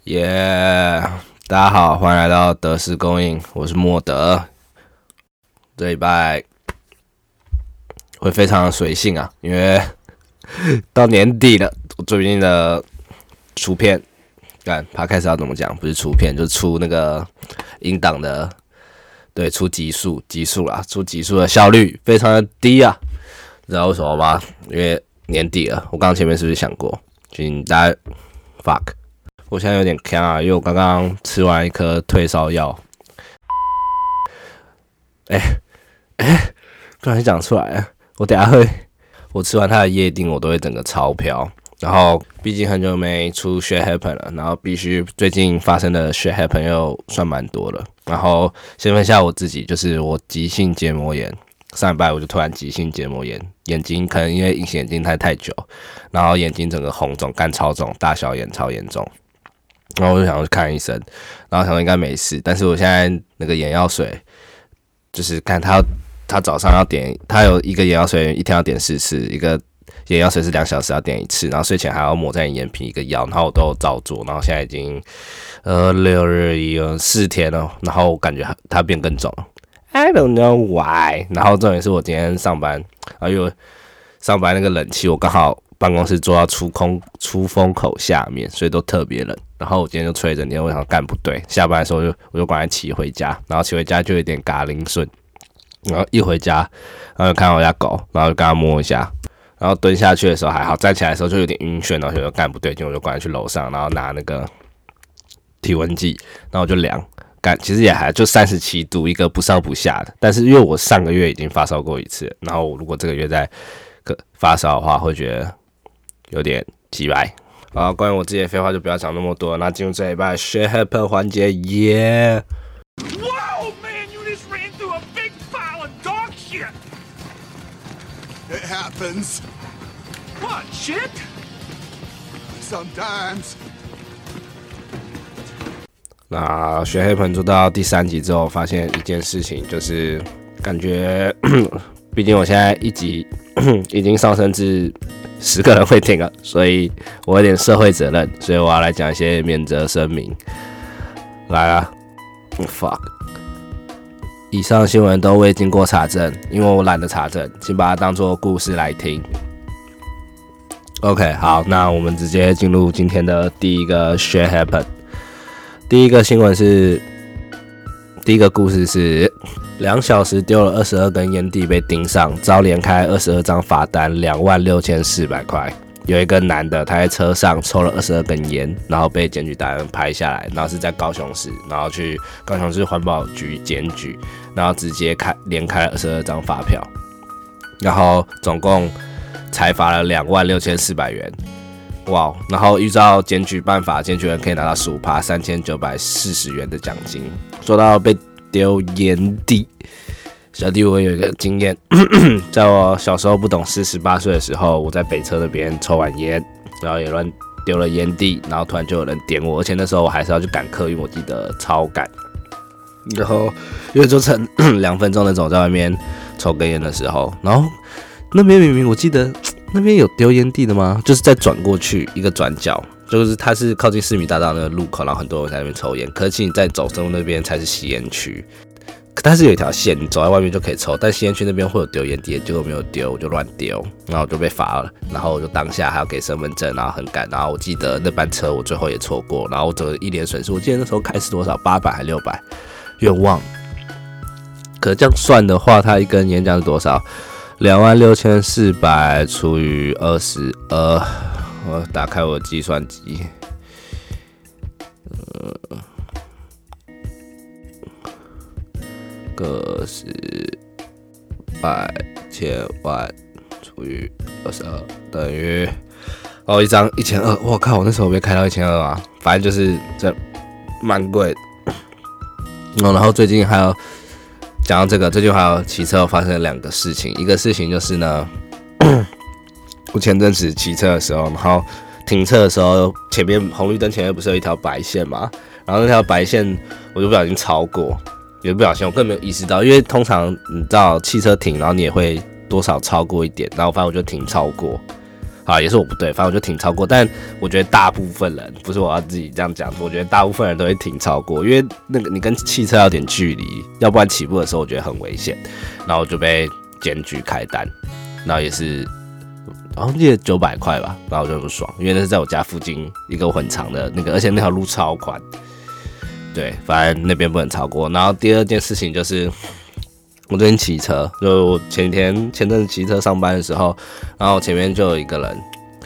耶、大家好，欢迎来到德式供应，我是莫德。这礼拜会非常的随性啊，因为到年底了，我最近的出片，Podcast要怎么讲？不是出片，就是出那个音档的，对，出集数啦，出集数的效率非常的低啊，知道为什么吗？因为年底了，我刚刚前面是不是讲过？请大家 fuck。我现在有点呛啊，因为我刚刚吃完一颗退烧药。不小心讲出来了。我等一下我吃完它的叶丁，我都会整个超飘。然后毕竟很久没出 shit happen 了，然后必须最近发生的 shit happen 又算蛮多了。然后先分享我自己，就是我急性结膜炎。上礼拜我就突然急性结膜炎，眼睛可能因为隐形眼镜戴太久，然后眼睛整个红肿，干超肿，大小眼超严重。然后我就想去看医生，然后想说应该没事，但是我现在那个眼药水，就是看他早上要点，他有一个眼药水一天要点4次，一个眼药水是2小时要点1次，然后睡前还要抹在你眼皮一个药，然后我都有照做，然后现在已经6日4天了，然后我感觉它变更肿了 ，I don't know why。然后重点是我今天上班，因为上班那个冷气我刚好办公室坐到出风口下面，所以都特别冷。然后我今天就吹着天，我想干不对，下班的时候我就赶快骑回家，然后骑回家就有点嘎铃顺，然后一回家，然后就看到我家狗，然后就跟它摸一下，然后蹲下去的时候还好，站起来的时候就有点晕眩，然后就干不对劲，我就赶快去楼上，然后拿那个体温计，然后我就量，其实也还就37度，一个不上不下的，但是因为我上个月已经发烧过一次，然后我如果这个月再发烧的话，会觉得有点奇怪。好，关于我自己的废话就不要讲那么多，那进入这一拜 shit happen 环节，耶、 Whoa, man, you just ran through a big pile of dog shit! It happens What, shit? sometimes. 那 shit happen 做到第3集之后，发现一件事情，就是感觉，毕竟我现在1集已经上升至10个人会听了，所以我有点社会责任，所以我要来讲一些免责声明。来啊 ，fuck！ 以上新闻都未经过查证，因为我懒得查证，请把它当作故事来听。OK， 好，那我们直接进入今天的第一个 shit happen。第一个故事是2小时丢了22根烟蒂被盯上，遭连开22张罚单，26400块。有一个男的，他在车上抽了22根烟，然后被检举达人拍下来，然后是在高雄市，然后去高雄市环保局检举，然后直接连开了22张发票，然后总共裁罚了26400元。哇！然后依照检举办法，检举人可以拿到15%，3940元的奖金。说到被丢烟蒂，小弟我有一个经验，在我小时候不懂事，18岁的时候，我在北车那边抽完烟，然后也乱丢了烟蒂，然后突然就有人点我，而且那时候我还是要去赶客运，我记得超赶。然后因为就趁2分钟那种在外面抽根烟的时候，然后那边明明我记得那边有丢烟蒂的吗？就是再转过去一个转角，就是它是靠近市民大道那个路口，然后很多人在那边抽烟。可是其实你在走正路那边才是吸烟区，但是有一条线，你走在外面就可以抽，但吸烟区那边会有丢烟蒂，结果没有丢，我就乱丢，然后我就被罚了。然后我就当下还要给身份证，然后很赶。然后我记得那班车我最后也错过，然后我整个一连损失，我记得那时候开是多少，800还600，有点忘了。可是这样算的话，他一根烟这是多少？26400除以22，我打开我的计算机，个十百千万除以22等于一张1200。我靠，我那时候没开到1200啊，反正就是这蛮贵的。然后最近还有。讲到这个，最近还有骑车发生了2个事情。一个事情就是呢，我前阵子骑车的时候，然后停车的时候，前面红绿灯前面不是有一条白线嘛？然后那条白线我就不小心超过，也不小心，我根本没有意识到，因为通常你知道汽车停，然后你也会多少超过一点，然后反正我就停超过， 好，也是我不对，反正我就停超过。但我觉得大部分人，不是我要自己这样讲，我觉得大部分人都会停超过，因为那个你跟汽车有点距离，要不然起步的时候我觉得很危险。然后我就被检举开单，然后也是好像记得900块吧，然后我就很不爽，因为那是在我家附近一个很长的那个，而且那条路超宽。对，反正那边不能超过。然后第二件事情就是。我最近骑车，就我前阵子骑车上班的时候，然后前面就有一个人，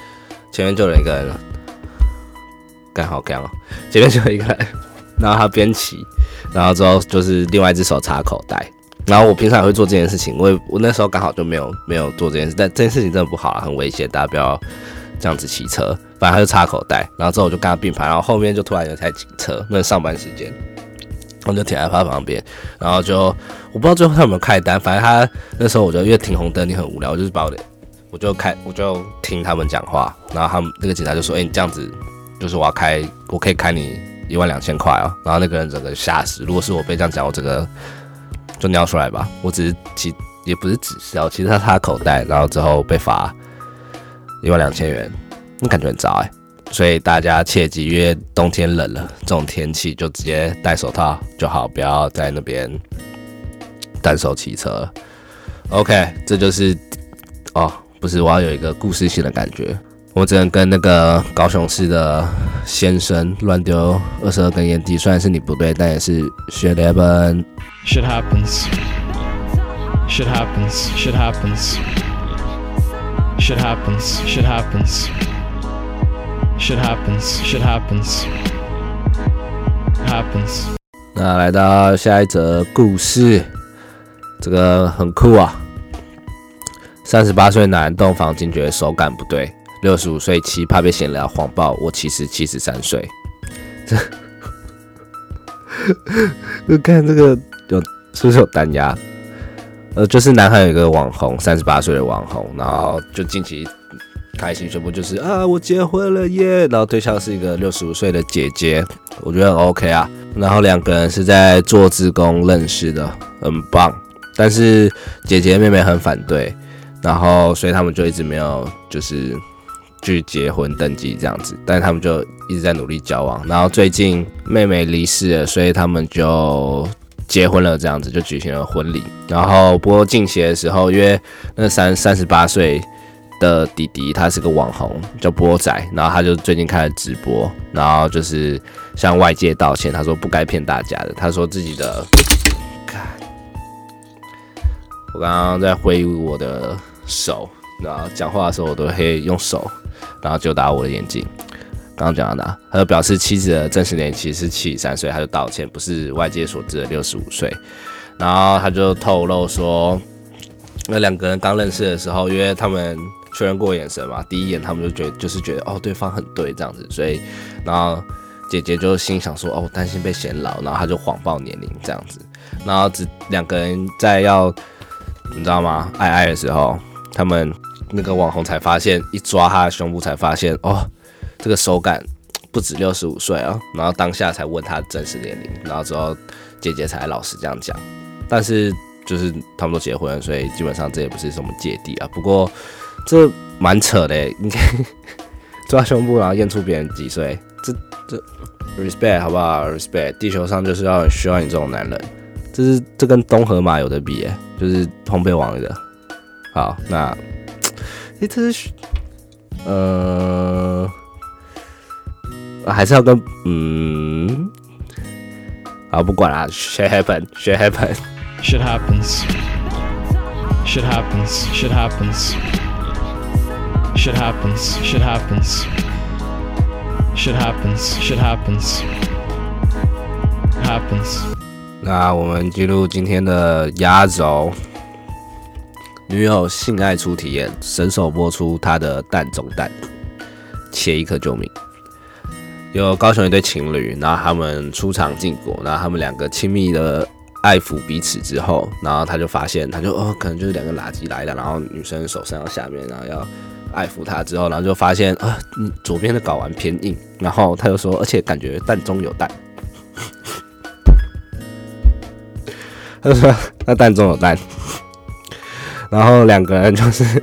干好干哦，前面就有一个人，然后他边骑，然后之后就是另外一只手插口袋，然后我平常也会做这件事情，我那时候刚好就没有做这件事，但这件事情真的不好啊，很危险，大家不要这样子骑车。反正他就插口袋，然后之后我就跟他并排，然后后面就突然有一台警车，那上班时间。我就停在他旁边，然后就我不知道最后他有没有开单，反正他那时候我就因为停红灯你很无聊，我就听他们讲话，然后他们那个警察就说：“你这样子就是我可以开你12000块哦。”然后那个人整个吓死，如果是我被这样讲，我整个就尿出来吧。我只是也不是只是其实他口袋，然后之后被罚12000元，那感觉很糟所以大家切记，因为冬天冷了，这种天气就直接戴手套就好，不要在那边单手骑车。OK， 这就是不是我要有一个故事性的感觉，我只能跟那个高雄市的先生乱丢22根烟蒂，虽然是你不对，但也是 shit happen。 Shit happens. Shit happens. Shit happens. Shit happens. Shit happens. Shit happens, shit happens, happens. 那来到下一则故事，这个很酷啊！38岁男洞房惊觉手感不对，65岁妻怕被闲聊谎报我其实73岁。看这个是不是有单压？就是南韩有一个网红，38岁的网红，然后就近期。开心宣布就是我结婚了耶，然后对象是一个65岁的姐姐，我觉得很 OK 啊。然后两个人是在做志工认识的，很棒。但是姐姐妹妹很反对，然后所以他们就一直没有就是去结婚登记这样子，但是他们就一直在努力交往。然后最近妹妹离世了，所以他们就结婚了，这样子就举行了婚礼。然后不过近期的时候，因为那38岁。的弟弟他是个网红叫波仔，然后他就最近开了直播，然后就是向外界道歉，他说不该骗大家的，他说自己的，我刚刚在挥舞我的手，然后讲话的时候我都会用手，然后就打我的眼睛。刚刚讲到哪？他就表示妻子的真实年龄其实是73岁，他就道歉，不是外界所知的65岁。然后他就透露说，那两个人刚认识的时候，因为他们确认过眼神嘛，第一眼他们就觉得对方很对这样子，所以然后姐姐就心想说担心被显老，然后他就谎报年龄这样子，然后两个人在你知道吗？爱的时候，他们那个网红才发现，一抓他的胸部才发现这个手感不止65岁啊，然后当下才问他真实年龄，然后之后姐姐才老实这样讲，但是就是他们都结婚了，所以基本上这也不是什么芥蒂啊，不过。这蛮扯的你可以抓胸部，然后验出别人几岁，这 respect 好不好 ？respect， 地球上就是需要你这种男人，这跟东河马有的比就是烘焙王的。好，那这是还是要跟好不管啦 ，shit happen，shit happen，shit happens，shit happens，shit happens。Shit happens, shit happens. Shit happens, shit happens. Happens. 那我们进入今天的压轴，女友性爱初体验，神手播出她的蛋中蛋，切一颗救命。有高雄一对情侣，然后他们出场禁果，然后他们两个亲密的爱抚彼此之后，然后他就发现，可能就是两个垃圾来了，然后女生手伸到下面，然后要爱抚他之后，然后就发现你左边的睾丸偏硬，然后他就说，而且感觉蛋中有蛋，他就说那蛋中有蛋，然后两个人就是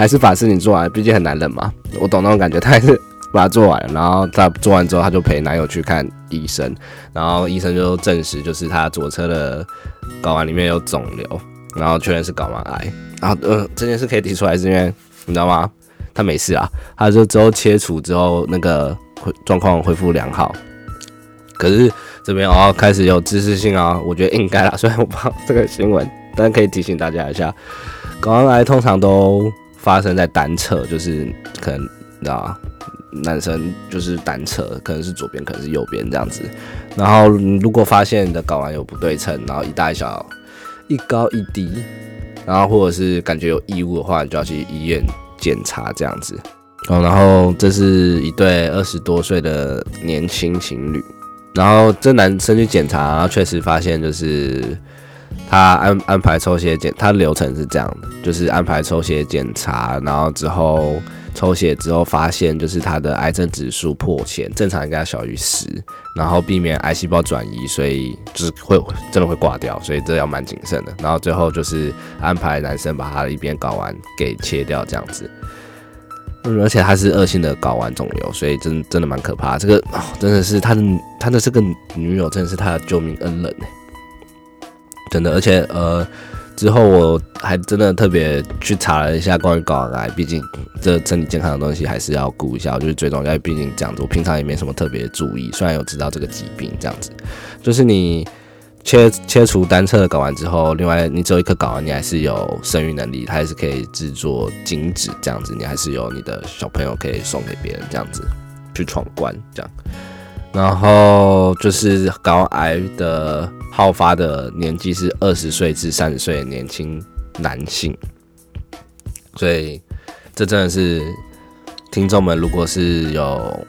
还是把事情做完，毕竟很难忍嘛。我懂那种感觉，他还是把它做完了。然后他做完之后，他就陪男友去看医生，然后医生就证实就是他左侧的睾丸里面有肿瘤，然后确认是睾丸癌。然后这件事可以提出来是因为你知道吗？他没事啊，他就之后切除之后那个状况恢复良好。可是这边开始有知识性啊，我觉得应该啦。虽然我不知道这个新闻，但可以提醒大家一下，睾丸癌通常都发生在单侧，就是可能你知道吗？男生就是单侧，可能是左边，可能是右边这样子。然后如果发现你的睾丸有不对称，然后一大一小、一高一低，然后或者是感觉有异物的话，你就要去医院检查这样子。然后这是一对20多岁的年轻情侣。然后这男生去检查，然后确实发现就是他安排抽血他的流程是这样的，就是安排抽血检查，然后之后抽血之后发现就是他的癌症指数破千，正常应该要小于10，然后避免癌细胞转移，所以就是真的会挂掉，所以这要蛮谨慎的。然后最后就是安排男生把他的一边睾丸给切掉这样子。而且他是恶性的睾丸肿瘤，所以真的蛮可怕的。这个真的是他的这个女友真的是他的救命恩人真的。而且之后我还真的特别去查了一下关于睾丸癌，毕竟这身体健康的东西还是要顾一下，就是最重要。毕竟这样子，我平常也没什么特别注意，虽然有知道这个疾病这样子，就是你切除单侧的睾丸之后，另外你只有一颗睾丸，你还是有生育能力，它还是可以制作精子这样子，你还是有你的小朋友可以送给别人这样子去闯关这样。然后就是睾丸癌的好发的年纪是20岁至30岁的年轻男性，所以这真的是听众们如果是有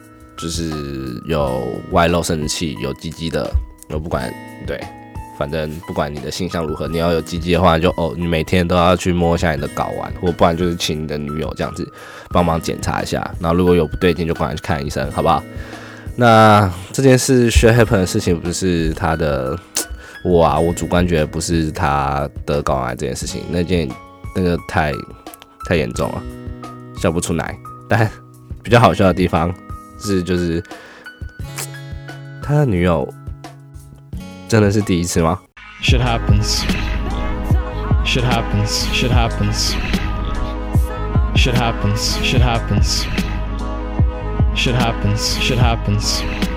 外露生殖器、有鸡鸡的，我不管对。反正不管你的性向如何，你要有鸡鸡的话，就你每天都要去摸一下你的睾丸，或不然就是请你的女友这样子帮忙检查一下。然后如果有不对劲，就赶快去看医生，好不好？那这件事 should happen 的事情，不是他的我主观觉得不是他得睾丸癌这件事情，那个太严重了，笑不出来。但比较好笑的地方是，就是他的女友。真的是第一次吗 Shit happens. Shit happens. Shit happens. Shit happens. Shit happens. Shit happens. Shit happens.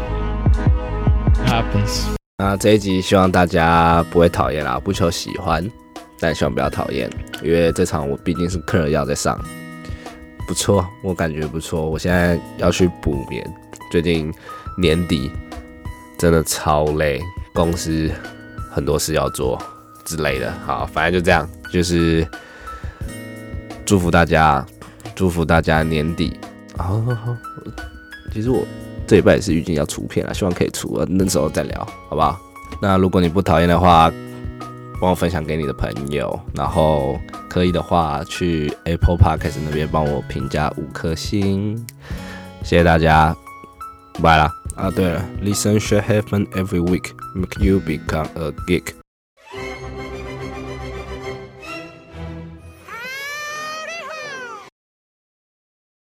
Happens. 那这一集希望大家不会讨厌啦，不求喜欢，但希望不要讨厌，因为这场我毕竟是嗑了药在上，不错，我感觉不错。我现在要去补眠，最近年底真的超累。公司很多事要做之类的，好，反正就这样，就是祝福大家年底。好，其实我这礼拜也是预计要出片了，希望可以出，那时候再聊，好不好？那如果你不讨厌的话，帮我分享给你的朋友，然后可以的话去 Apple Podcast 那边帮我评价5颗星，谢谢大家，拜啦。对了 ，Listen should happen every week, make you become a geek.